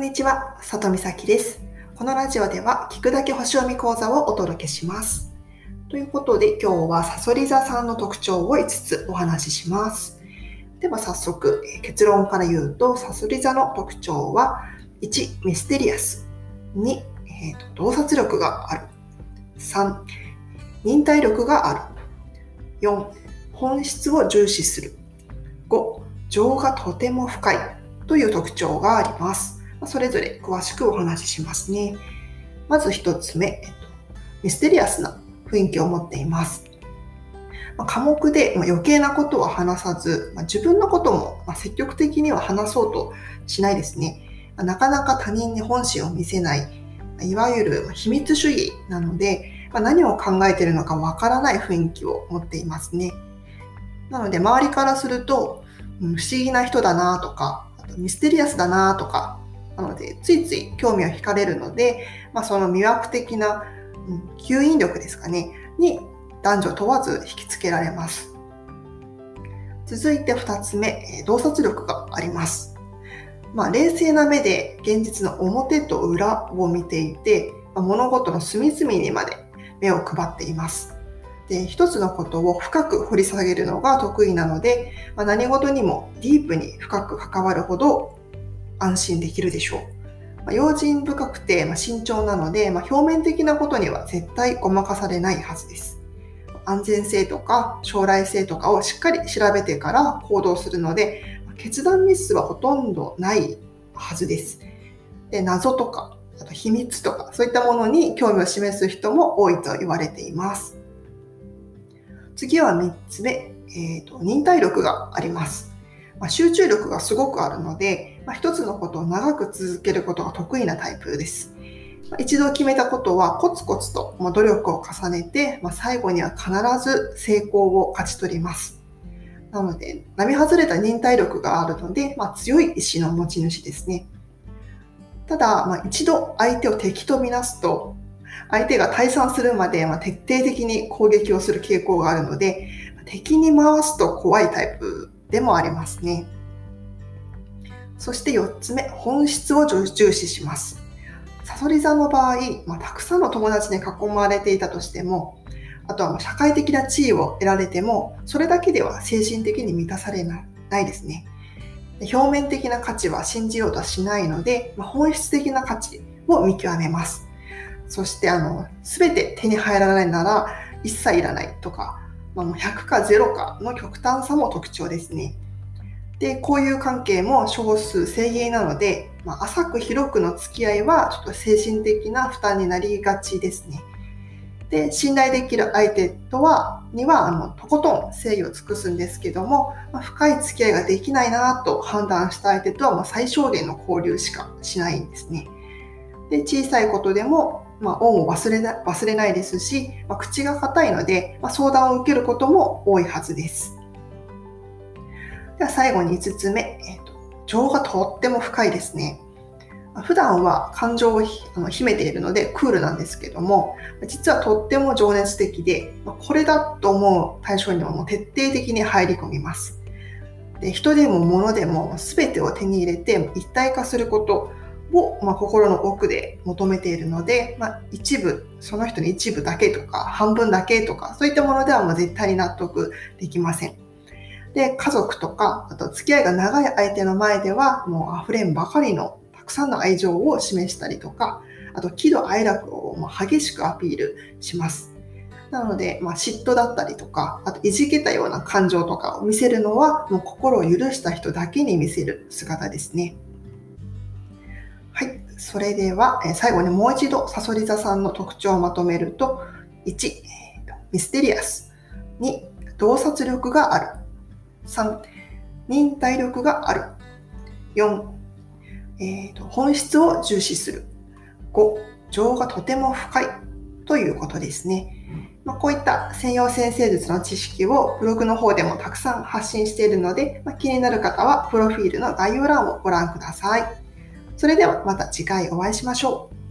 にちは、里美咲です。このラジオでは聞くだけ星読み講座をお届けします。ということで今日はさそり座さんの特徴を5つお話しします。では早速結論から言うと、さそり座の特徴は1、ミステリアス。2、洞察力がある。3、忍耐力がある。4、本質を重視する。5、情がとても深いという特徴があります。それぞれ詳しくお話ししますね。まず1つ目、ミステリアスな雰囲気を持っています。寡黙で余計なことは話さず、自分のことも積極的には話そうとしないですね。なかなか他人に本心を見せない、いわゆる秘密主義なので、何を考えているのかわからない雰囲気を持っていますね。なので周りからすると、不思議な人だなとか、あとミステリアスだなとか、なのでついつい興味を惹かれるので、その魅惑的な吸引力ですかねに男女問わず引きつけられます。続いて2つ目、洞察力があります。冷静な目で現実の表と裏を見ていて、物事の隅々にまで目を配っています。で、一つのことを深く掘り下げるのが得意なので、何事にもディープに深く関わるほど安心できるでしょう。用心深くて慎重なので、表面的なことには絶対ごまかされないはずです。安全性とか将来性とかをしっかり調べてから行動するので、決断ミスはほとんどないはずです。で、謎とかあと秘密とかそういったものに興味を示す人も多いと言われています。次は3つ目、忍耐力があります。集中力がすごくあるので、一つのことを長く続けることが得意なタイプです。一度決めたことはコツコツと努力を重ねて、最後には必ず成功を勝ち取ります。なので、並外れた忍耐力があるので、強い意志の持ち主ですね。ただ、一度相手を敵とみなすと、相手が退散するまで徹底的に攻撃をする傾向があるので、敵に回すと怖いタイプでもありますね。そして4つ目、本質を重視します。さそり座の場合、たくさんの友達に囲まれていたとしても、あとは社会的な地位を得られても、それだけでは精神的に満たされないですね。表面的な価値は信じようとはしないので、本質的な価値を見極めます。そして全て手に入らないなら一切いらないとか、100か0かの極端さも特徴ですね。で、こういう関係も少数精鋭なので、浅く広くの付き合いはちょっと精神的な負担になりがちですね。で、信頼できる相手にはとことん誠意を尽くすんですけども、深い付き合いができないなと判断した相手とは最小限の交流しかしないんですね。で、小さいことでも恩を忘れないですし、口が固いので、相談を受けることも多いはずです。では最後に5つ目、情がとっても深いですね。普段は感情を秘めているのでクールなんですけども、実はとっても情熱的で、これだと思う対象には徹底的に入り込みます。で、人でも物でも全てを手に入れて一体化することを、心の奥で求めているので、その人の一部だけとか半分だけとかそういったものでは絶対に納得できません。で、家族とかあと付き合いが長い相手の前では溢れんばかりのたくさんの愛情を示したりとか、あと喜怒哀楽を激しくアピールします。なので、嫉妬だったりとか、あといじけたような感情とかを見せるのは心を許した人だけに見せる姿ですね。はい、それでは最後にもう一度さそり座さんの特徴をまとめると、1、ミステリアス。2、洞察力がある。3、忍耐力がある。4、本質を重視する。5、情がとても深いということですね。こういった西洋占星術の知識をブログの方でもたくさん発信しているので、気になる方はプロフィールの概要欄をご覧ください。それではまた次回お会いしましょう。